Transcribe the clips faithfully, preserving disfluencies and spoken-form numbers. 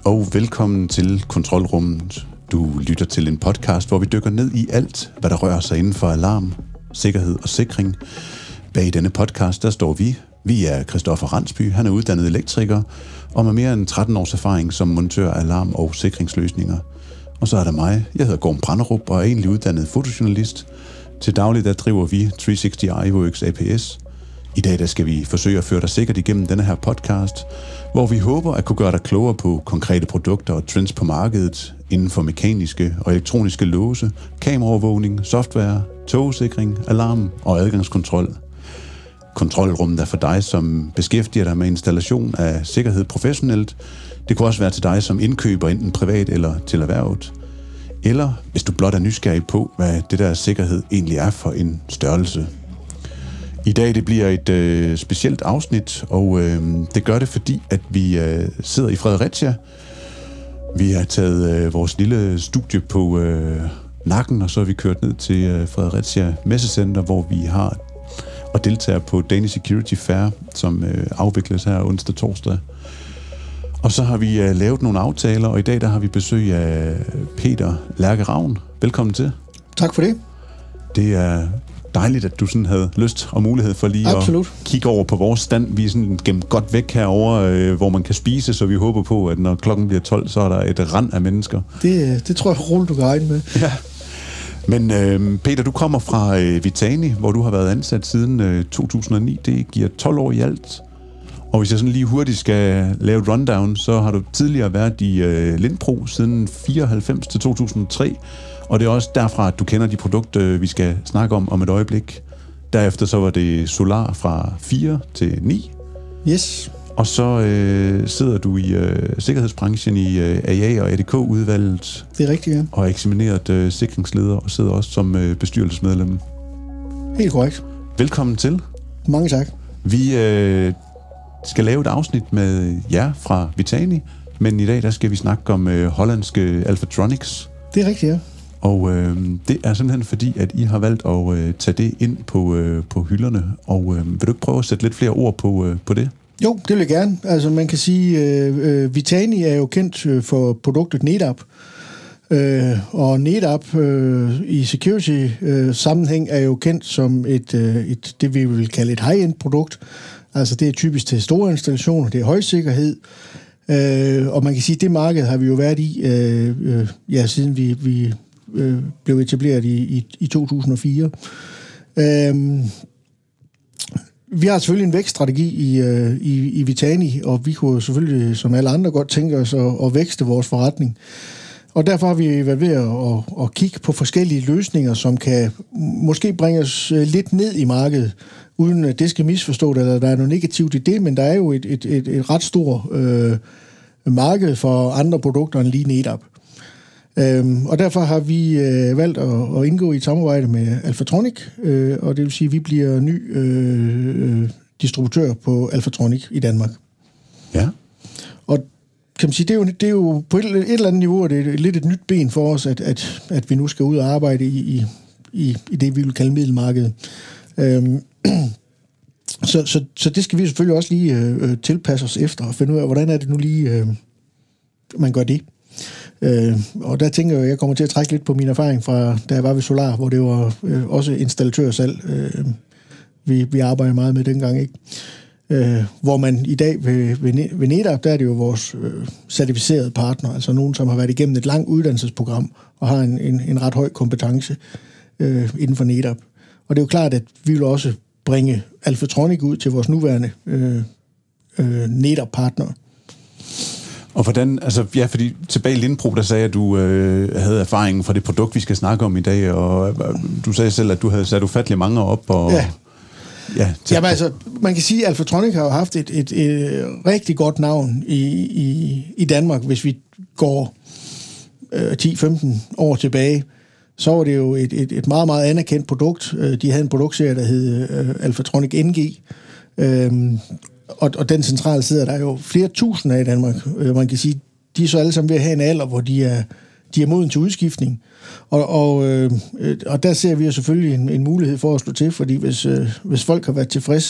og velkommen til Kontrolrummet. Du lytter til en podcast, hvor vi dykker ned i alt, hvad der rører sig inden for alarm, sikkerhed og sikring. Bag denne podcast, der står vi. Vi er Christoffer Randsby, han er uddannet elektriker, og med mere end tretten års erfaring som montør af alarm- og sikringsløsninger. Og så er der mig, jeg hedder Gorm Branderup og er egentlig uddannet fotojournalist. Til daglig der driver vi tre seks nul iWorks A P S. I dag der skal vi forsøge at føre dig sikkert igennem denne her podcast, hvor vi håber at kunne gøre dig klogere på konkrete produkter og trends på markedet inden for mekaniske og elektroniske låse, kameraovervågning, software, togsikring, alarm og adgangskontrol. Kontrolrummet er for dig, som beskæftiger dig med installation af sikkerhed professionelt. Det kunne også være til dig som indkøber, enten privat eller til erhvervet. Eller hvis du blot er nysgerrig på, hvad det der sikkerhed egentlig er for en størrelse. I dag det bliver et øh, specielt afsnit, og øh, det gør det, fordi at vi øh, sidder i Fredericia. Vi har taget øh, vores lille studie på øh, nakken, og så er vi kørt ned til øh, Fredericia Messecenter, hvor vi har og deltager på Danish Security Fair, som øh, afvikles her onsdag torsdag. Og så har vi øh, lavet nogle aftaler, og i dag der har vi besøg af Peter Lærke Ravn. Velkommen til. Tak for det. Det er dejligt, at du sådan havde lyst og mulighed for lige Absolut. at kigge over på vores stand. Vi er sådan gemt godt væk herover, øh, hvor man kan spise, så vi håber på, at når klokken bliver tolv, så er der et rand af mennesker. Det, det tror jeg roligt, du kan regne med. Ja. Men øh, Peter, du kommer fra øh, Vitani, hvor du har været ansat siden øh, to tusind og ni. Det giver tolv år i alt. Og hvis jeg sådan lige hurtigt skal lave et rundown, så har du tidligere været i øh, Lindpro siden fireoghalvfems til to tusind og tre. Og det er også derfra, at du kender de produkter, vi skal snakke om om et øjeblik. Derefter så var det Solar fra fire til ni. Yes. Og så øh, sidder du i øh, sikkerhedsbranchen i øh, A A og A D K-udvalget. Det er rigtigt, ja. Og er eksamineret øh, sikringsleder og sidder også som øh, bestyrelsesmedlem. Helt korrekt. Velkommen til. Mange tak. Vi øh, skal lave et afsnit med jer fra Vitani, men i dag der skal vi snakke om øh, hollandske Alphatronics. Det er rigtigt, ja. Og øh, det er simpelthen fordi, at I har valgt at øh, tage det ind på, øh, på hylderne. Og øh, vil du ikke prøve at sætte lidt flere ord på, øh, på det? Jo, det vil jeg gerne. Altså man kan sige, øh, øh, Vitani er jo kendt øh, for produktet NetApp. Øh, og NetApp øh, i security øh, sammenhæng er jo kendt som et, øh, et, det vi vil kalde et high-end produkt. Altså det er typisk til store installationer, det er højsikkerhed. Øh, og man kan sige, at det marked har vi jo været i, øh, øh, ja, siden vi, vi øh, blev etableret i, i, i to tusind og fire. Øh, Vi har selvfølgelig en vækststrategi i, i, i Vitani, og vi kunne selvfølgelig, som alle andre, godt tænke os at, at vækste vores forretning. Og derfor har vi været ved at, at, at kigge på forskellige løsninger, som kan måske bringe os lidt ned i markedet, uden at det skal misforstås, eller der er noget negativt i det, men der er jo et, et, et, et ret stort øh, marked for andre produkter end lige NetApp. Øhm, og derfor har vi øh, valgt at, at indgå i et samarbejde med Alphatronic, øh, og det vil sige, at vi bliver ny øh, distributør på Alphatronic i Danmark. Ja. Og kan man sige, det er jo, det er jo på et, et eller andet niveau, og det er lidt et nyt ben for os, at, at, at vi nu skal ud og arbejde i, i, i, i det, vi vil kalde middelmarkedet. Øhm, så, så, så det skal vi selvfølgelig også lige øh, tilpasse os efter, og finde ud af, hvordan er det nu lige, øh, man gør det. Øh, og der tænker jeg, at jeg kommer til at trække lidt på min erfaring fra, da jeg var ved Solar, hvor det var øh, også installatørsalg, øh, vi, vi arbejdede meget med dengang, ikke? Øh, hvor man i dag ved, ved, ved NetApp, der er det jo vores øh, certificerede partner, altså nogen, som har været igennem et langt uddannelsesprogram og har en, en, en ret høj kompetence øh, inden for NetApp. Og det er jo klart, at vi vil også bringe Alphatronic ud til vores nuværende øh, øh, NetApp-partnere. Og hvordan, altså ja, fordi tilbage i Lindpro, der sagde, at du øh, havde erfaringen fra det produkt, vi skal snakke om i dag, og øh, du sagde selv, at du havde sat ufattelig mange op. Og, ja. Ja, Jamen altså, man kan sige, at Alphatronic har jo haft et, et, et rigtig godt navn i, i, i Danmark, hvis vi går øh, ti til femten år tilbage. Så var det jo et, et, et meget, meget anerkendt produkt. De havde en produktserie, der hed øh, Alphatronic N G. Øhm, og, og den centrale sidder der jo flere tusind af i Danmark. Øh, man kan sige, de er så alle sammen ved at have en alder, hvor de er, de er moden til udskiftning. Og, og, øh, og der ser vi jo selvfølgelig en, en mulighed for at slå til, fordi hvis, øh, hvis folk har været tilfreds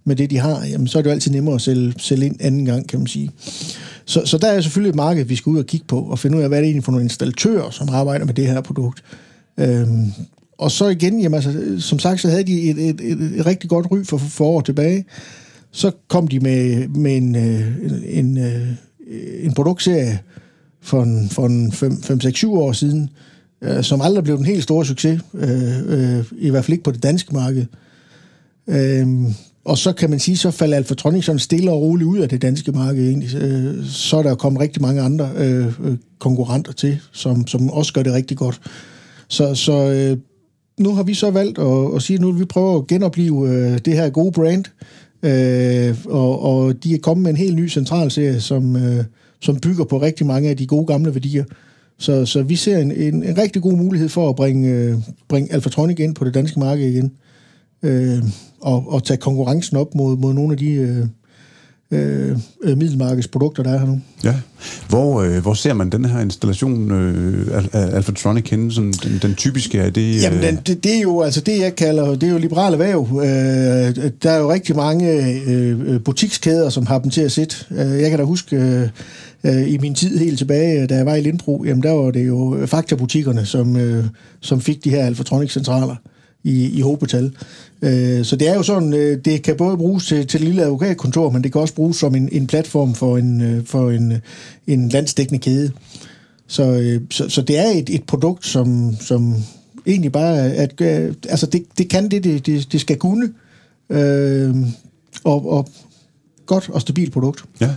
med det, de har, jamen, så er det jo altid nemmere at sælge, sælge ind anden gang, kan man sige. Så, så der er selvfølgelig et marked, vi skal ud og kigge på, og finde ud af, hvad er det egentlig for nogle installatører, som arbejder med det her produkt. Øhm, og så igen, jamen, altså, som sagt, så havde de et, et, et, et rigtig godt ry for, for år tilbage. Så kom de med, med en, en, en, en produktserie for en, for en fem seks syv år siden, øh, som aldrig blev en helt stor succes, øh, øh, i hvert fald ikke på det danske marked. Øh, og så kan man sige, så falder Alphatronic sådan stille og roligt ud af det danske marked egentlig. Øh, så er der kommet rigtig mange andre øh, konkurrenter til, som, som også gør det rigtig godt. Så, så øh, nu har vi så valgt at, at sige, at nu vil vi prøve at genopleve øh, det her gode brand, øh, og, og de er kommet med en helt ny centralserie, som, øh, som bygger på rigtig mange af de gode gamle værdier. Så, så vi ser en, en, en rigtig god mulighed for at bringe, øh, bringe Alphatronic ind på det danske marked igen, øh, og, og tage konkurrencen op mod, mod nogle af de øh, øh, middelmarkedsprodukter, der er her nu. Ja. Hvor, øh, hvor ser man den her installation øh, af Alphatronic henne? Sådan, den, den typiske er det... Øh... Jamen, den, det, det er jo altså det, jeg kalder, det er jo liberale erhverv. Øh, der er jo rigtig mange øh, butikskæder, som har dem til at sætte. Øh, jeg kan da huske... Øh, i min tid helt tilbage, da jeg var i Lindbro, jamen der var det jo Fakta-butikkerne, som, øh, som fik de her Alphatronic-centraler i, i hovedbetal. Øh, så det er jo sådan, øh, det kan både bruges til, til et lille advokatkontor, men det kan også bruges som en, en platform for en, øh, for en, en landsdækkende kæde. Så, øh, så, så det er et, et produkt, som, som egentlig bare, at, øh, altså det, det kan det, det, det, det skal kunne, øh, og, og godt og stabilt produkt. Ja.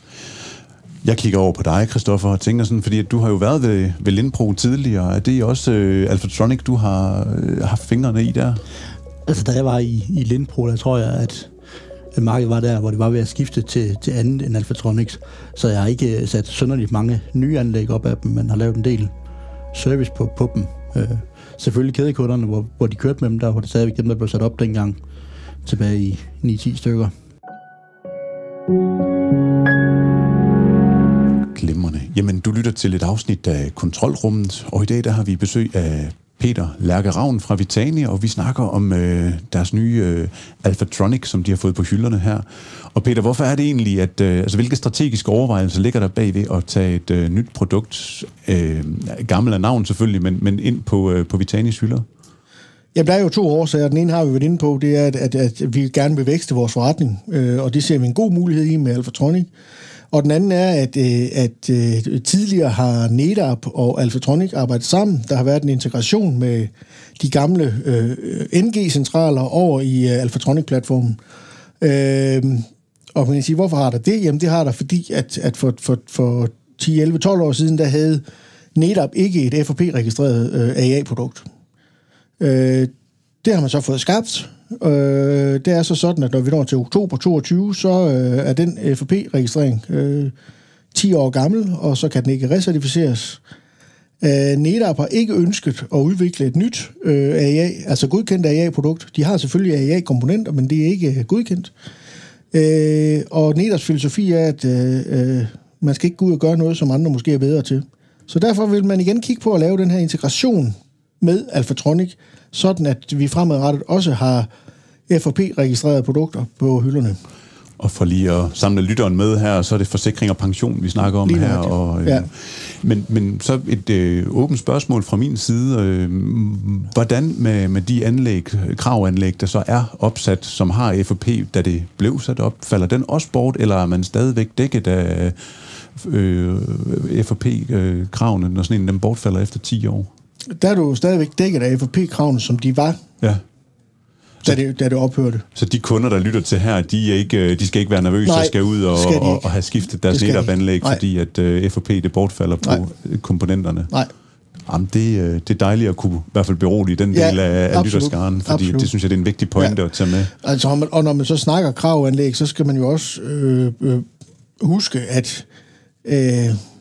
Jeg kigger over på dig, Christoffer, og tænker sådan, fordi at du har jo været ved, ved Lindbro tidligere. Er det også øh, Alphatronic, du har øh, haft fingrene i der? Altså, da jeg var i, i Lindbro, der tror jeg, at markedet var der, hvor det var ved at skifte til, til andet end Alphatronics. Så jeg har ikke sat synderligt mange nye anlæg op af dem, men har lavet en del service på, på dem. Øh, selvfølgelig kædekunderne, hvor, hvor de kørte med dem, der var det stadigvæk dem, der blev sat op dengang, tilbage i ni ti stykker. Glimrende. Jamen, du lytter til et afsnit af Kontrolrummet, og i dag der har vi besøg af Peter Lærke Ravn fra Vitani, og vi snakker om øh, deres nye øh, Alphatronic, som de har fået på hylderne her. Og Peter, hvorfor er det egentlig, at øh, altså, hvilke strategiske overvejelser ligger der bagved at tage et øh, nyt produkt, øh, gammel af navn selvfølgelig, men, men ind på, øh, på Vitanis hylder? Jamen, der er jo to årsager. Den ene har vi været inde på, det er, at, at, at vi gerne vil vækste vores forretning, øh, og det ser vi en god mulighed i med Alphatronic. Og den anden er, at, at, at tidligere har Nedap og Alphatronic arbejdet sammen. Der har været en integration med de gamle øh, N G-centraler over i øh, Alphatronic-platformen. Øh, og man kan sige, hvorfor har der det? Jamen, det har der, fordi at, at for, for, for ti, elleve, tolv år siden, der havde Nedap ikke et F R P-registreret øh, A A-produkt. Øh, det har man så fået skabt. Øh, det er så sådan, at når vi når til oktober toogtyve, så øh, er den F R P-registrering øh, ti år gammel, og så kan den ikke recertificeres. Øh, Nedap har ikke ønsket at udvikle et nyt øh, A A, altså godkendt A A-produkt. De har selvfølgelig A A-komponenter, men det er ikke godkendt. Øh, og Nedaps filosofi er, at øh, man skal ikke gå ud og gøre noget, som andre måske er bedre til. Så derfor vil man igen kigge på at lave den her integration med Alphatronic, sådan at vi fremadrettet også har F R P-registrerede produkter på hylderne. Og for lige at samle lytteren med her, så er det forsikring og pension, vi snakker om lige her. Og, øh, ja. men, men så et øh, åbent spørgsmål fra min side. Øh, hvordan med, med de anlæg, kravanlæg, der så er opsat, som har F R P, da det blev sat op, falder den også bort, eller er man stadigvæk dækket af øh, F R P-kravene, når sådan en dem bortfalder efter ti år? Der er du stadigvæk dækket af F R P-kravene, som de var, ja. da, det, da det ophørte. Så de kunder, der lytter til her, de, er ikke, de skal ikke være nervøse og skal ud og, skal og, og have skiftet deres Nedap-anlæg, fordi at uh, F R P det bortfalder på Nej. komponenterne? Nej. Jamen, det, det er dejligt at kunne i hvert fald berolige den ja, del af, af lytterskaren, fordi absolut. Det synes jeg, det er en vigtig pointe ja. at tage med. Altså, og når man så snakker kravanlæg, så skal man jo også øh, øh, huske, at øh,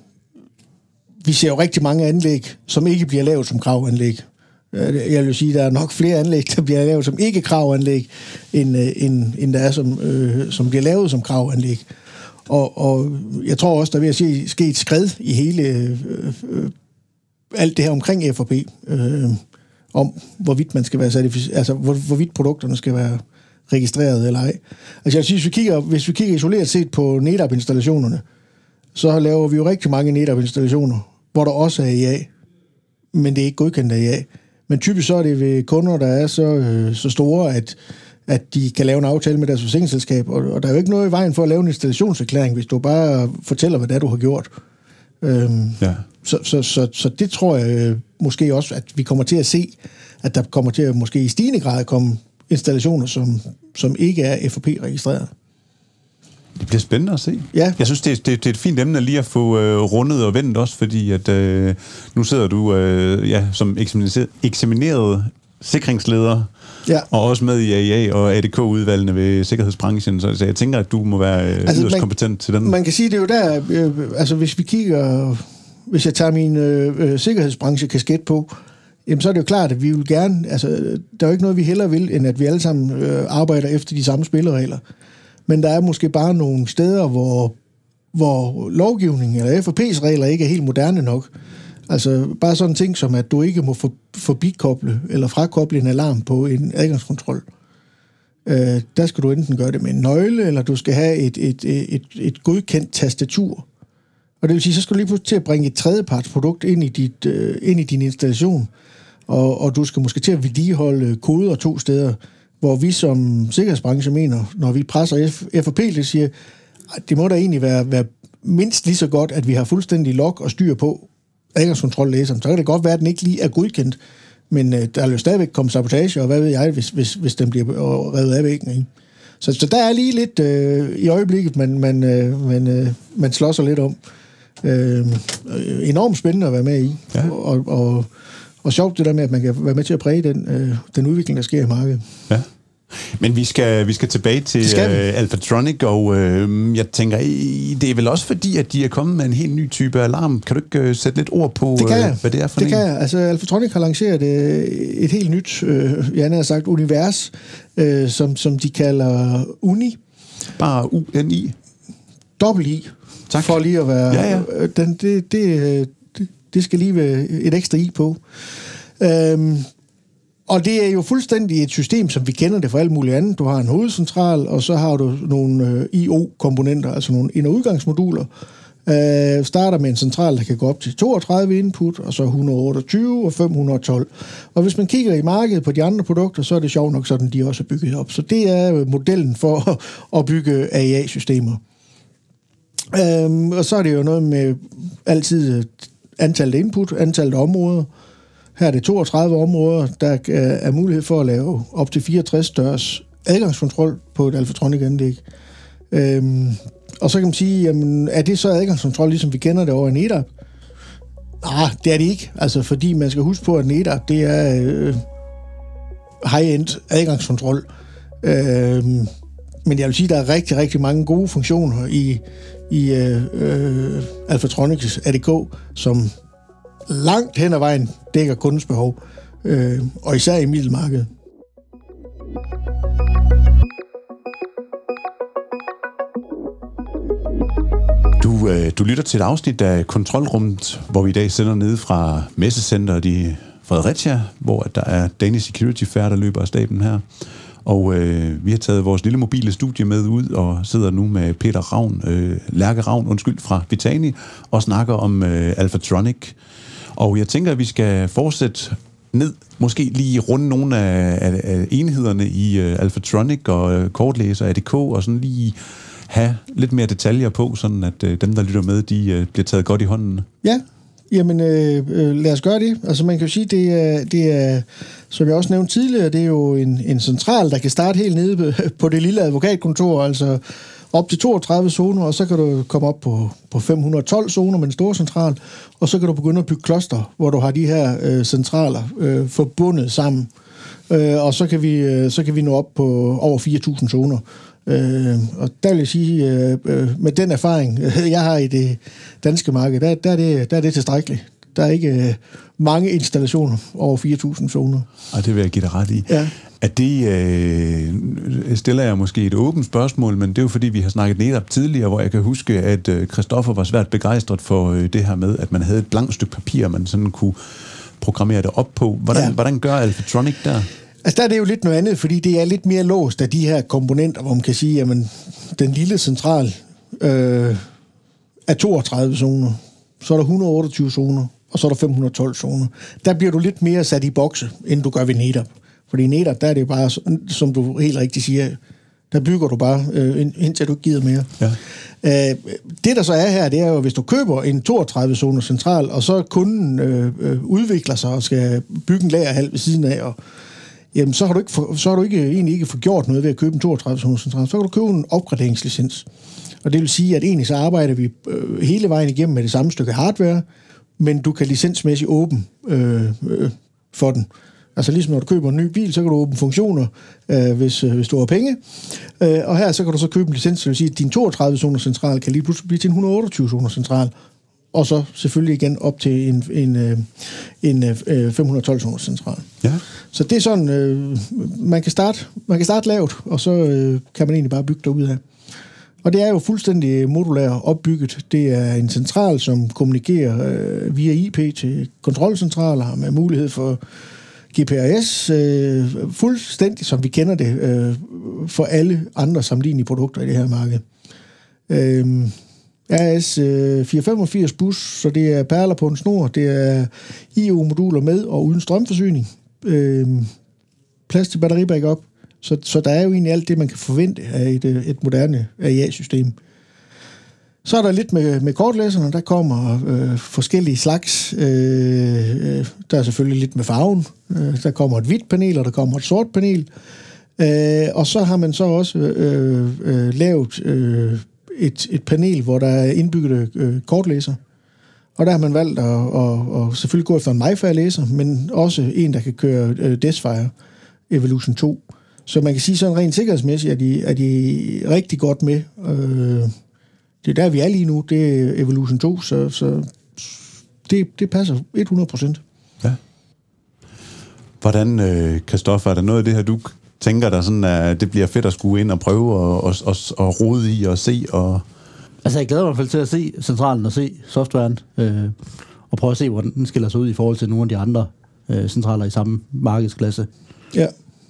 vi ser jo rigtig mange anlæg, som ikke bliver lavet som kravanlæg. Jeg vil sige, at der er nok flere anlæg, der bliver lavet som ikke kravanlæg, end, end, end der er, som, øh, som bliver lavet som kravanlæg. Og, og jeg tror også, der vil ske, ske et skred i hele øh, øh, alt det her omkring F R P, øh, om hvorvidt man skal være certificeret, altså hvor, hvorvidt produkterne skal være registreret eller ej. Altså jeg vil sige, hvis vi kigger, hvis vi kigger isoleret set på NetApp-installationerne, så laver vi jo rigtig mange NetApp-installationer, hvor der også er I A, men det er ikke godkendt af I A. Men typisk så er det ved kunder, der er så, øh, så store, at, at de kan lave en aftale med deres forsikringsselskab, og, og der er jo ikke noget i vejen for at lave en installationserklæring, hvis du bare fortæller, hvad det er, du har gjort. Øhm, ja. så, så, så, så det tror jeg øh, måske også, at vi kommer til at se, at der kommer til at måske i stigende grad komme installationer, som, som ikke er F og P-registreret. Det bliver spændende at se. Ja. Jeg synes, det er, det, det er et fint emne lige at få øh, rundet og vendt også, fordi at øh, nu sidder du øh, ja, som eksamineret sikringsleder, ja. Og også med i A I A og A D K-udvalgene ved sikkerhedsbranchen, så, så jeg tænker, at du må være øh, altså, yderst man, kompetent til den. Man kan sige, det er jo der, øh, altså hvis vi kigger, hvis jeg tager min øh, sikkerhedsbranche-kasket på, jamen så er det jo klart, at vi vil gerne, altså der er jo ikke noget, vi hellere vil, end at vi alle sammen øh, arbejder efter de samme spilleregler. Men der er måske bare nogle steder, hvor, hvor lovgivningen eller F og P's regler ikke er helt moderne nok. Altså bare sådan en ting som, at du ikke må for, forbikoble eller frakoble en alarm på en adgangskontrol. Øh, der skal du enten gøre det med en nøgle, eller du skal have et, et, et, et, et godkendt tastatur. Og det vil sige, så skal du lige pludselig til at bringe et tredjepartsprodukt ind i, dit, øh, ind i din installation, og, og du skal måske til at vedligeholde koder to steder, hvor vi som sikkerhedsbranche mener, når vi presser F og P, det siger, at det må da egentlig være, være mindst lige så godt, at vi har fuldstændig log og styr på adgangskontrollæseren. Så kan det godt være, at den ikke lige er godkendt, men øh, der er jo stadigvæk kommet sabotage, og hvad ved jeg, hvis, hvis, hvis den bliver revet af væggen. Ikke? Så, så der er lige lidt øh, i øjeblikket, man, man, øh, man, øh, man slår sig lidt om. Øh, enormt spændende at være med i, ja. og, og, og sjovt det der med, at man kan være med til at præge den, øh, den udvikling, der sker i markedet. Ja. Men vi skal, vi skal tilbage til skal uh, Alphatronic, og uh, jeg tænker, det er vel også fordi, at de er kommet med en helt ny type alarm. Kan du ikke uh, sætte lidt ord på, det uh, hvad det er for det en? Det kan jeg. Altså, Alphatronic har lanceret uh, et helt nyt, uh, jeg har sagt, univers, uh, som, som de kalder Uni. Bare U N I? Dobbelt I. Tak. For lige at være... Ja, ja. Den, det, det, det, det skal lige være et ekstra I på. Um, Og det er jo fuldstændig et system, som vi kender det for alt muligt andet. Du har en hovedcentral, og så har du nogle øh, I O-komponenter, altså nogle ind- og udgangsmoduler. Øh, starter med en central, der kan gå op til toogtredive input, og så et hundrede og otteogtyve og fem hundrede og tolv. Og hvis man kigger i markedet på de andre produkter, så er det sjovt nok sådan, de også er bygget op. Så det er modellen for at bygge A I A-systemer. Øh, og så er det jo noget med altid antallet input, antallet af områder. Her er det toogtredive områder, der er mulighed for at lave op til fireogtres dørs adgangskontrol på et Alphatronic-anlæg. Øhm, og så kan man sige, jamen, er det så adgangskontrol, ligesom vi kender det over i NetApp? Nej, det er det ikke. Altså, fordi man skal huske på, at NetApp, det er øh, high-end adgangskontrol. Øhm, men jeg vil sige, at der er rigtig, rigtig mange gode funktioner i, i øh, øh, Alphatronics A D K, som langt hen ad vejen dækker kundens behov, øh, og især i middelmarkedet. Du, øh, du lytter til et afsnit af Kontrolrummet, hvor vi i dag sender ned fra messecenteret i Fredericia, hvor der er Danish Security Fair, der løber af staben her. Og øh, vi har taget vores lille mobile studie med ud og sidder nu med Peter Ravn, øh, Lærke Ravn, undskyld, fra Vitani, og snakker om øh, Alphatronic. Og jeg tænker, at vi skal fortsætte ned, måske lige runde nogle af, af, af enhederne i uh, Alphatronic og uh, kortlæser A D K, og sådan lige have lidt mere detaljer på, sådan at uh, dem, der lytter med, de uh, bliver taget godt i hånden. Ja, jamen øh, øh, lad os gøre det. Altså man kan jo sige, det er, det er, som jeg også nævnte tidligere, det er jo en, en central, der kan starte helt nede på det lille advokatkontor, altså op til toogtredive zoner, og så kan du komme op på, på fem hundrede og tolv zoner med en stor central, og så kan du begynde at bygge kloster, hvor du har de her øh, centraler øh, forbundet sammen. Øh, og så kan, vi, øh, så kan vi nå op på over fire tusind zoner. Øh, og der vil jeg sige, øh, øh, med den erfaring, øh, jeg har i det danske marked, der, der, er, det, der er det tilstrækkeligt. Der er ikke øh, mange installationer over fire tusind zoner. Og det vil jeg give dig ret i. Ja. At det øh, stiller jeg måske et åbent spørgsmål, men det er jo fordi, vi har snakket NetApp tidligere, hvor jeg kan huske, at øh, Christoffer var svært begejstret for øh, det her med, at man havde et blankt stykke papir, man sådan kunne programmere det op på. Hvordan, ja. hvordan gør Alphatronic der? Altså der er det jo lidt noget andet, fordi det er lidt mere låst af de her komponenter, hvor man kan sige, at den lille central øh, er toogtredive zoner, så er der et hundrede og otteogtyve zoner, og så er der fem hundrede og tolv zoner. Der bliver du lidt mere sat i bokse, end du gør ved NetApp. Fordi i NetApp, der er det jo bare, som du helt rigtigt siger, der bygger du bare, øh, indtil du ikke gider mere. Ja. Øh, det, der så er her, det er jo, hvis du køber en toogtredive-zoner central, og så kunden øh, øh, udvikler sig og skal bygge en lagerhal ved siden af, og, jamen, så har du, ikke for, så har du ikke, egentlig ikke fået gjort noget ved at købe en toogtredive-zoner central. Så kan du købe en opgraderingslicens. Og det vil sige, at egentlig så arbejder vi øh, hele vejen igennem med det samme stykke hardware, men du kan licensmæssigt åbne øh, øh, for den. Altså ligesom når du køber en ny bil, så kan du åbne funktioner, øh, hvis, øh, hvis du har penge. Øh, og her så kan du så købe en licens, det vil sige, at din toogtredive-zoner central kan lige pludselig blive til en et hundrede og otteogtyve-zoner central. Og så selvfølgelig igen op til en, en, en, en fem hundrede og tolv-zoner central. Ja. Så det er sådan, øh, man, kan starte, man kan starte lavt, og så øh, kan man egentlig bare bygge derud af. Og det er jo fuldstændig modulært opbygget. Det er en central, som kommunikerer øh, via I P til kontrolcentraler med mulighed for G P R S, øh, fuldstændig som vi kender det øh, for alle andre sammenlignelige produkter i det her marked. Øh, R S øh, fire femogfirs bus, så det er perler på en snor, det er I O-moduler med og uden strømforsyning, øh, plads til batteribackup, så, så der er jo egentlig alt det, man kan forvente af et, et moderne A I A-system. Så er der lidt med, med kortlæserne, der kommer øh, forskellige slags. Øh, der er selvfølgelig lidt med farven. Øh, der kommer et hvidt panel, og der kommer et sort panel. Øh, og så har man så også øh, øh, lavet øh, et, et panel, hvor der er indbygget øh, kortlæser. Og der har man valgt at, at, at selvfølgelig gå efter en MyFair-læser, men også en, der kan køre øh, Desfire Evolution to. Så man kan sige sådan rent sikkerhedsmæssigt, at de er de rigtig godt med. Øh, Det er der, vi er lige nu. Det er Evolution to, så, så det, det passer hundrede procent. Ja. Hvordan, Christoffer, er der noget af det her, du tænker der sådan, at det bliver fedt at skulle ind og prøve og, og, og, og rode i og se? Og... Altså, jeg glæder mig i hvert fald til at se centralen og se softwaren, øh, og prøve at se, hvordan den skiller sig ud i forhold til nogle af de andre øh, centraler i samme markedsklasse. Ja.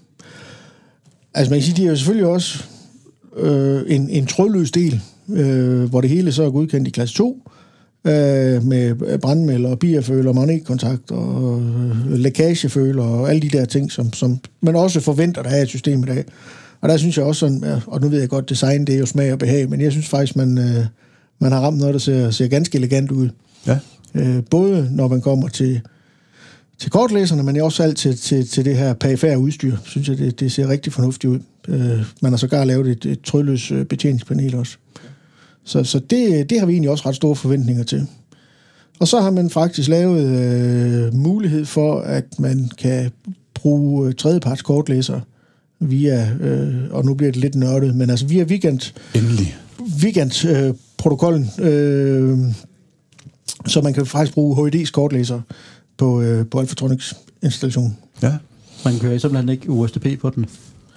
Altså, man kan sige, de er jo selvfølgelig også øh, en, en trådløs del, Øh, hvor det hele så er godkendt i klasse to, øh, med brandmelder, biaføler, magnetkontakt og øh, lækageføler og alle de der ting, som, som man også forventer, der er et system i dag. Og der synes jeg også sådan, og nu ved jeg godt, design, det er jo smag og behag, men jeg synes faktisk, man, øh, man har ramt noget, der ser, ser ganske elegant ud. Ja. Øh, både når man kommer til, til kortlæserne, men også alt til, til, til det her perifære udstyr, synes jeg, det, det ser rigtig fornuftigt ud. Øh, man har sågar lavet et, et trådløst betjeningspanel også. Så, så det, det har vi egentlig også ret store forventninger til. Og så har man faktisk lavet øh, mulighed for, at man kan bruge tredjeparts kortlæser via, øh, og nu bliver det lidt nørdet, men altså via weekend, Endelig. weekend-protokollen, øh, øh, så man kan faktisk bruge H I D's kortlæser på, øh, på Alphatronics installation. Ja. Man kører simpelthen ikke U S B P på den?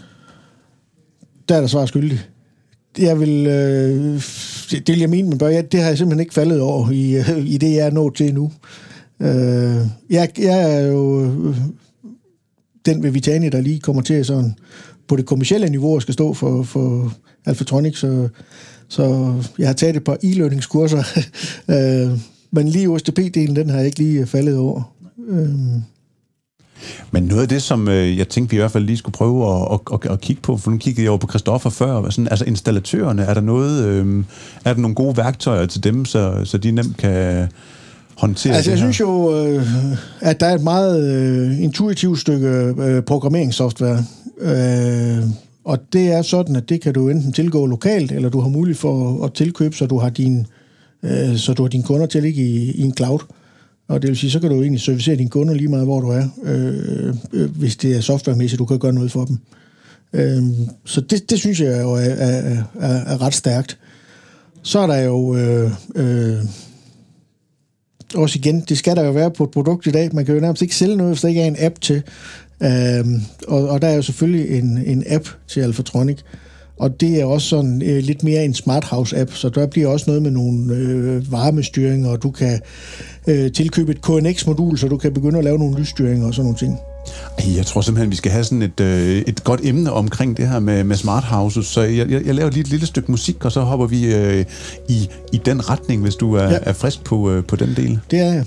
Der er der svar skyldig. Jeg vil, øh, det, det vil jeg mene, men bør, jeg, det har jeg simpelthen ikke faldet over i, i det, jeg er nået til nu. Øh, jeg, jeg er jo øh, den ved Vitani, der lige kommer til sådan på det kommercielle niveau og skal stå for, for Alphatronics, så, så jeg har taget et par e-learningskurser, øh, men lige U S B P-delen, den har jeg ikke lige faldet over. Øh. Men noget af det, som øh, jeg tænkte, vi i hvert fald lige skulle prøve at, at, at, at kigge på, for nu kiggede jeg over på Christoffer før, sådan, altså installatørerne, er der noget, øh, er der nogle gode værktøjer til dem, så, så de nemt kan håndtere altså, det her? Altså jeg synes jo, øh, at der er et meget øh, intuitivt stykke øh, programmeringssoftware, øh, og det er sådan, at det kan du enten tilgå lokalt, eller du har mulighed for at tilkøbe, så du har din, øh, så du har dine kunder til at ligge i, i en cloud. Og det vil sige, så kan du egentlig servicere dine kunder lige meget, hvor du er, øh, øh, hvis det er softwaremæssigt, du kan gøre noget for dem. Øh, så det, det synes jeg jo er, er, er, er ret stærkt. Så er der jo øh, øh, også igen, det skal der jo være på et produkt i dag. Man kan jo nærmest ikke sælge noget, hvis der ikke er en app til. Øh, og, og der er jo selvfølgelig en, en app til Alphatronic. Og det er også sådan øh, lidt mere en smart house app, så der bliver også noget med nogle øh, varmestyringer, og du kan øh, tilkøbe et K N X-modul, så du kan begynde at lave nogle lysstyringer og sådan nogle ting. Jeg tror simpelthen, vi skal have sådan et, øh, et godt emne omkring det her med, med smart houses, så jeg, jeg, jeg laver lige et lille stykke musik, og så hopper vi øh, i, i den retning, hvis du er, ja. er frisk på, øh, på den del. Det er jeg.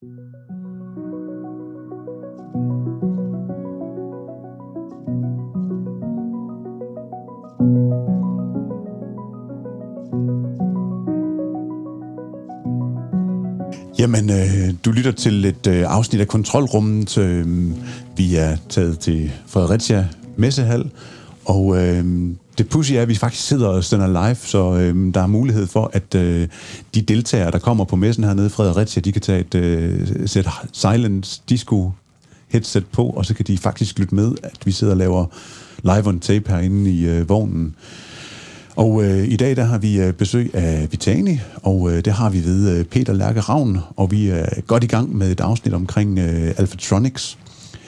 Jamen, øh, du lytter til et øh, afsnit af Kontrolrummet. Øh, vi er taget til Fredericia Messehal, og øh, det pudsige er, at vi faktisk sidder og sender live, så øh, der er mulighed for, at øh, de deltagere, der kommer på messen hernede i Fredericia, de kan tage et øh, sæt Silence Disco headset på, og så kan de faktisk lytte med, at vi sidder og laver live on tape herinde i øh, vognen. Og øh, i dag der har vi øh, besøg af Vitani, og øh, det har vi ved øh, Peter Lærke Ravn, og vi er godt i gang med et afsnit omkring øh, Alphatronics.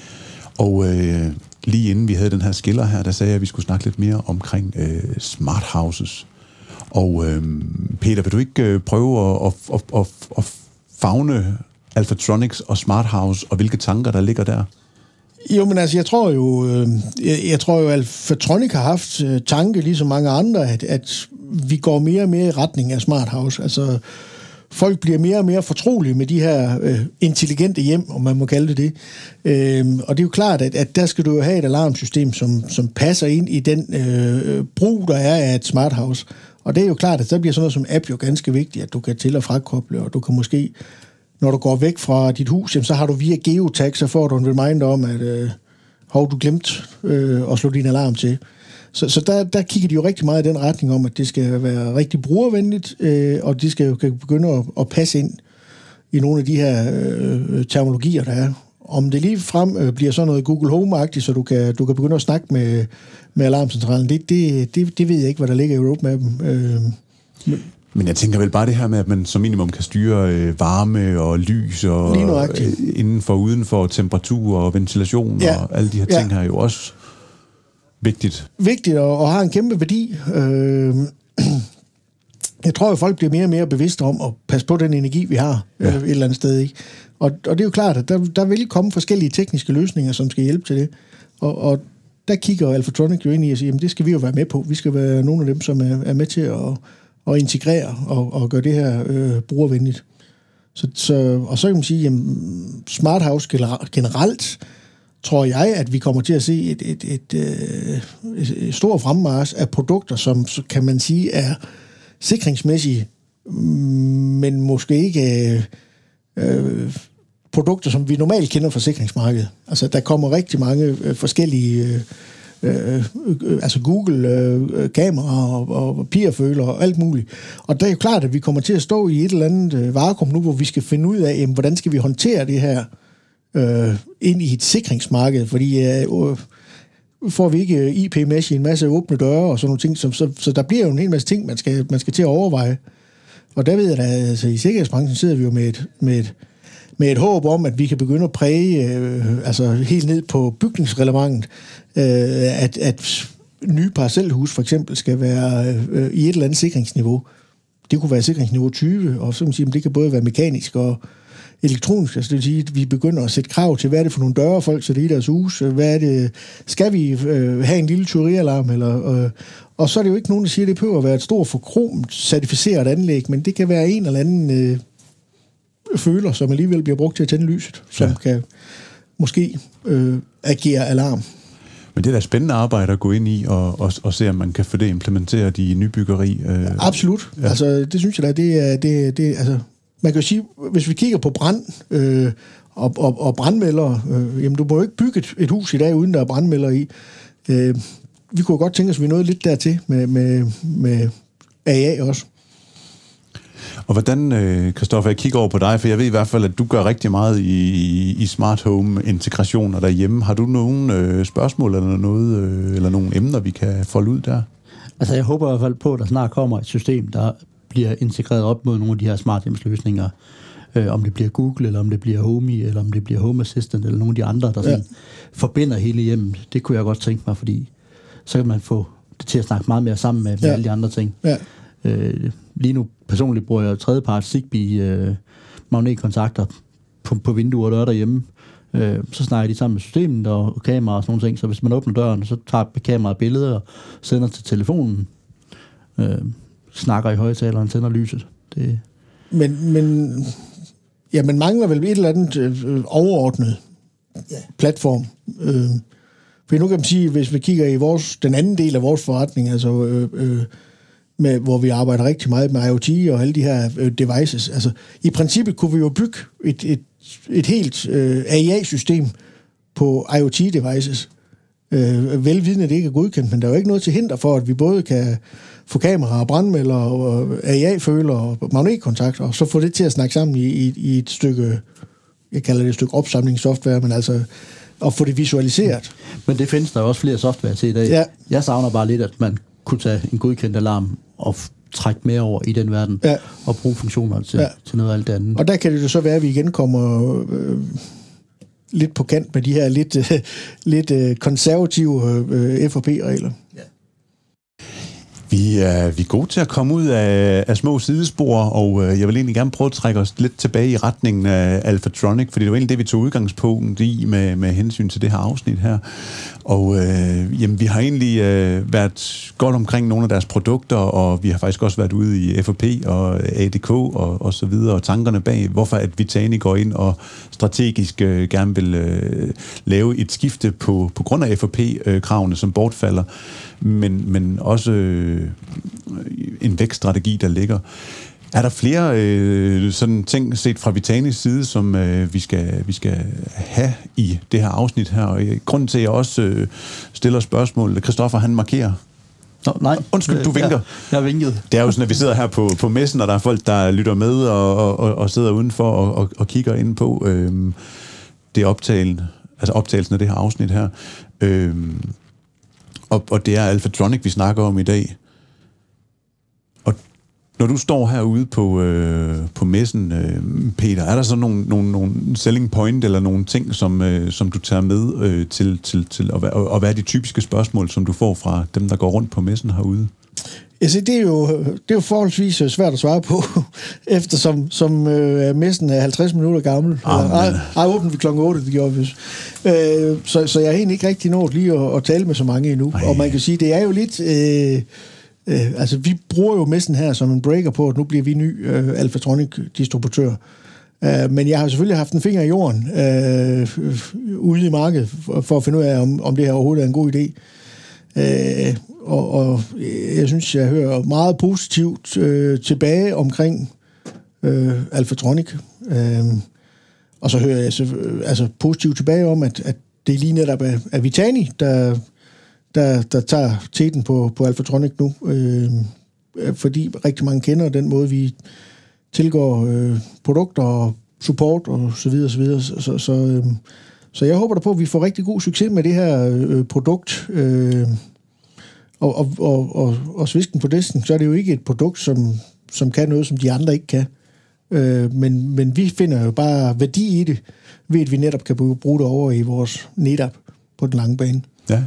Og øh, lige inden vi havde den her skiller her, der sagde jeg, at vi skulle snakke lidt mere omkring øh, smart houses. Og øh, Peter, vil du ikke øh, prøve at, at, at, at, at favne Alphatronics og smart house, og hvilke tanker der ligger der? Jo, men altså, jeg tror jo, øh, jeg, jeg tror jo, at Alphatronic har haft øh, tanke, ligesom mange andre, at, at vi går mere og mere i retning af smart house. Altså, folk bliver mere og mere fortrolige med de her øh, intelligente hjem, om man må kalde det det. Øh, og det er jo klart, at, at der skal du jo have et alarmsystem, som, som passer ind i den øh, brug, der er af et smart house. Og det er jo klart, at der bliver sådan noget som app jo ganske vigtigt, at du kan til- og frakoble, og du kan måske, når du går væk fra dit hus, jamen, så har du via geotag, så får du en reminder om, at øh, hov, du glemt øh, at slå din alarm til. Så, så der, der kigger de jo rigtig meget i den retning om, at det skal være rigtig brugervenligt, øh, og det skal jo kan begynde at, at passe ind i nogle af de her øh, terminologier, der er. Om det lige frem øh, bliver sådan noget Google Home-agtigt, så du kan, du kan begynde at snakke med, med alarmcentralen, det, det, det, det ved jeg ikke, hvad der ligger i roadmappen. Øh, Men jeg tænker vel bare det her med, at man som minimum kan styre øh, varme og lys og øh, indenfor og udenfor, temperatur og ventilation, ja. Og alle de her ting ja. Her er jo også vigtigt. Vigtigt og, og har en kæmpe værdi. Øh, jeg tror, at folk bliver mere og mere bevidste om at passe på den energi, vi har ja. øh, et eller andet sted. Ikke? Og, og det er jo klart, at der, der vil komme forskellige tekniske løsninger, som skal hjælpe til det. Og, og der kigger Alphatronic jo ind i og siger, jamen det skal vi jo være med på. Vi skal være nogle af dem, som er, er med til at og integrere og, og gøre det her øh, brugervenligt. Så, så, og så kan man sige, at smart house generelt, tror jeg, at vi kommer til at se et, et, et, et, et stort fremmarch af produkter, som kan man sige er sikringsmæssige, men måske ikke øh, produkter, som vi normalt kender fra sikringsmarkedet. Altså, der kommer rigtig mange øh, forskellige øh, Øh, øh, altså Google, øh, kamera og, og papirføler og alt muligt. Og der er jo klart, at vi kommer til at stå i et eller andet øh, vakuum nu, hvor vi skal finde ud af, jamen, hvordan skal vi håndtere det her øh, ind i et sikringsmarked, fordi øh, øh, får vi ikke I P-mesh i en masse åbne døre og sådan nogle ting, så, så, så der bliver jo en hel masse ting, man skal, man skal til at overveje. Og der ved jeg da, altså i sikkerhedsbranchen sidder vi jo med et, med et med et håb om, at vi kan begynde at præge, øh, altså helt ned på bygningsrelevantet, øh, at, at nye parcelhus for eksempel skal være øh, i et eller andet sikringsniveau. Det kunne være sikringsniveau tyve, og så kan man sige, at det kan både være mekanisk og elektronisk. Altså det vil sige, at vi begynder at sætte krav til, hvad er det for nogle døre, folk sætter i deres hus, hvad er det, skal vi øh, have en lille tyverialarm, eller... Øh, og så er det jo ikke nogen, der siger, at det behøver at være et stort forkromt certificeret anlæg, men det kan være en eller anden... Øh, føler, som alligevel bliver brugt til at tænde lyset, som ja. Kan måske øh, agere alarm. Men det er da spændende arbejde at gå ind i og, og, og se, om man kan få det implementeret i nybyggeri. Øh. Ja, absolut. Ja. Altså, det synes jeg da, det er... Det, det, altså, man kan jo sige, hvis vi kigger på brand øh, og, og, og brandmelder, øh, jamen du må jo ikke bygge et, et hus i dag, uden der er brandmelder i. Øh, vi kunne godt tænke os, at vi nåede lidt dertil med, med, med A A også. Og hvordan, Christoffer, jeg kigger over på dig, for jeg ved i hvert fald, at du gør rigtig meget i, i smart home integrationer derhjemme. Har du nogle øh, spørgsmål eller noget, øh, eller nogle emner, vi kan folde ud der? Altså, jeg håber i hvert fald på, at der snart kommer et system, der bliver integreret op mod nogle af de her smart hjemsløsninger. Øh, om det bliver Google, eller om det bliver Homey, eller om det bliver Home Assistant, eller nogle af de andre, der sådan ja. Forbinder hele hjemmet. Det kunne jeg godt tænke mig, fordi så kan man få det til at snakke meget mere sammen med, med ja. alle de andre ting. Ja. Øh, lige nu personligt bruger jeg tredjepart Zigbee øh, magnetkontakter på, på vinduer og døre derhjemme. Øh, så snakker de sammen med systemet og kamera og sådan nogle ting. Så hvis man åbner døren, så tager kameraet billeder og sender til telefonen. Øh, snakker i højtaleren, tænder lyset. Det... Men, men, ja, man mangler vel et eller andet øh, overordnet platform. Øh, for nu kan man sige, hvis vi kigger i vores, den anden del af vores forretning, altså øh, øh, med, hvor vi arbejder rigtig meget med IoT og alle de her øh, devices. Altså, i princippet kunne vi jo bygge et, et, et helt øh, A I A-system på IoT-devices. Øh, velvidende, at det ikke er godkendt, men der er jo ikke noget til hinder for, at vi både kan få kameraer, brandmelder og A I A-føler og magnetkontakter, og så få det til at snakke sammen i, i, i et stykke, jeg kalder det et stykke opsamlingssoftware, men altså at få det visualiseret. Men det findes der også flere software til i dag. Ja. Jeg savner bare lidt, at man kunne tage en godkendt alarm og f- trække mere over i den verden, ja. og bruge funktioner til, ja. til noget af alt det andet. Og der kan det jo så være, at vi igen kommer øh, lidt på kant med de her lidt, øh, lidt øh, konservative øh, F og P-regler. Ja. Vi er, vi er gode til at komme ud af, af små sidespor, og øh, jeg vil egentlig gerne prøve at trække os lidt tilbage i retningen af Alphatronic, fordi det var egentlig det, vi tog udgangspunkt i med, med hensyn til det her afsnit her. Og øh, jamen, vi har egentlig øh, været godt omkring nogle af deres produkter, og vi har faktisk også været ude i F og P og A D K og, og så videre, og tankerne bag, hvorfor at Vitani går ind og strategisk øh, gerne vil øh, lave et skifte på, på grund af F og P-kravene, som bortfalder, men, men også øh, en vækststrategi, der ligger. Er der flere øh, sådan ting set fra Vitanis side, som øh, vi, skal, vi skal have i det her afsnit her? Og grunden til, at jeg også øh, stiller spørgsmål, Christoffer, han markerer. Nå, nej. Undskyld, du vinker. Ja, jeg vinkede. Det er jo sådan, at vi sidder her på, på messen, og der er folk, der lytter med og, og, og sidder udenfor og, og, og kigger ind på øh, det optagelsen, altså optagelsen af det her afsnit her. Øh, og, og det er Alphatronic, vi snakker om i dag. Og når du står herude på, øh, på messen, øh, Peter, er der så nogle, nogle, nogle selling point eller nogle ting, som, øh, som du tager med øh, til, til, til og, og, og hvad er de typiske spørgsmål, som du får fra dem, der går rundt på messen herude? Altså, det er jo, det er jo forholdsvis svært at svare på, eftersom som, øh, messen er halvtreds minutter gammel. Ej, ej, åbent vi klokken otte, det gjorde vi. Øh, så, så jeg har egentlig ikke rigtig nået lige at, at tale med så mange endnu. Ej. Og man kan sige, det er jo lidt... Øh, øh, altså, vi bruger jo messen her som en breaker på, at nu bliver vi ny øh, Alphatronic-distributør. Uh, men jeg har selvfølgelig haft en finger i jorden øh, ude i markedet, for, for at finde ud af, om, om det her overhovedet er en god idé. Øh, og, og jeg synes, jeg hører meget positivt øh, tilbage omkring øh, Alphatronic. Øh, og så hører jeg så, øh, altså positivt tilbage om, at, at det lige netop er, er Vitani, der, der, der tager teten på, på Alphatronic nu. Øh, fordi rigtig mange kender den måde, vi tilgår øh, produkter og support og så videre, så videre. Så, så, så, øh, så jeg håber da på, at vi får rigtig god succes med det her øh, produkt. Øh, og, og, og, og, og svisken på disken, så er det jo ikke et produkt, som, som kan noget, som de andre ikke kan. Øh, men, men vi finder jo bare værdi i det, ved at vi netop kan bruge det over i vores NetApp på den lange bane. Ja.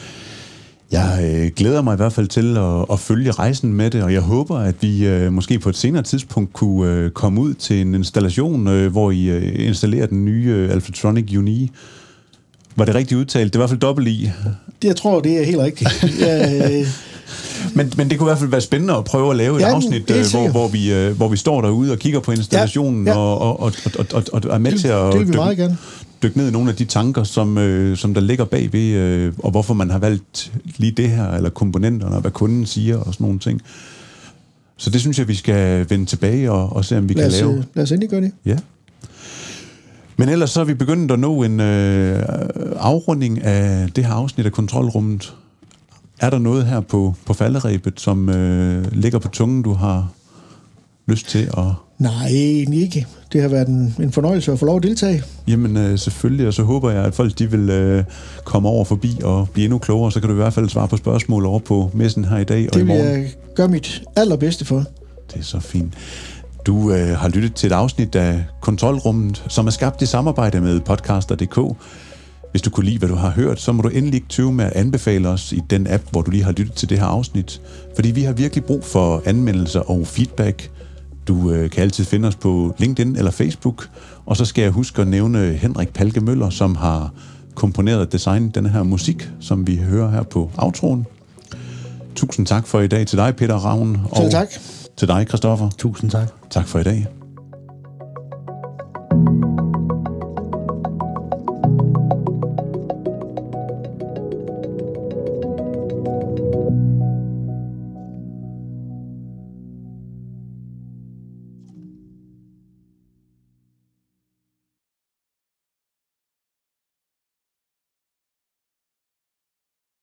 Jeg øh, glæder mig i hvert fald til at, at følge rejsen med det, og jeg håber, at vi øh, måske på et senere tidspunkt kunne øh, komme ud til en installation, øh, hvor I øh, installerer den nye øh, Alphatronic Uni. Var det rigtigt udtalt? Det er i hvert fald dobbelt i. Det, jeg tror, det er helt rigtigt. ja, øh, men, men det kunne i hvert fald være spændende at prøve at lave et ja, afsnit, øh, hvor, hvor, vi, øh, hvor vi står derude og kigger på installationen ja, ja. Og, og, og, og, og, og er med det, til at... Det vil vi meget gerne. Dykke ned i nogle af de tanker, som, øh, som der ligger bagved, øh, og hvorfor man har valgt lige det her, eller komponenterne, og hvad kunden siger, og sådan nogle ting. Så det synes jeg, vi skal vende tilbage og, og se, om vi lad os, kan lave. Lad os endelig gøre det. Ja. Men ellers så er vi begyndt at nå en øh, afrunding af det her afsnit af Kontrolrummet. Er der noget her på, på falderebet, som øh, ligger på tungen, du har lyst til at... Nej, egentlig ikke. Det har været en, en fornøjelse at få lov at deltage. Jamen øh, selvfølgelig, og så håber jeg, at folk de vil øh, komme over forbi og blive endnu klogere, så kan du i hvert fald svare på spørgsmål over på messen her i dag det og i morgen. Det vil jeg gøre mit allerbedste for. Det er så fint. Du øh, har lyttet til et afsnit af Kontrolrummet, som er skabt i samarbejde med podcaster punktum d k. Hvis du kunne lide, hvad du har hørt, så må du endelig ikke tøve med at anbefale os i den app, hvor du lige har lyttet til det her afsnit. Fordi vi har virkelig brug for anmeldelser og feedback. Du øh, kan altid finde os på LinkedIn eller Facebook. Og så skal jeg huske at nævne Henrik Palke Møller, som har komponeret og designet den her musik, som vi hører her på outroen. Tusind tak for i dag til dig, Peter Ravn. Selv tak. Til dig, Christoffer. Tusind tak. Tak for i dag.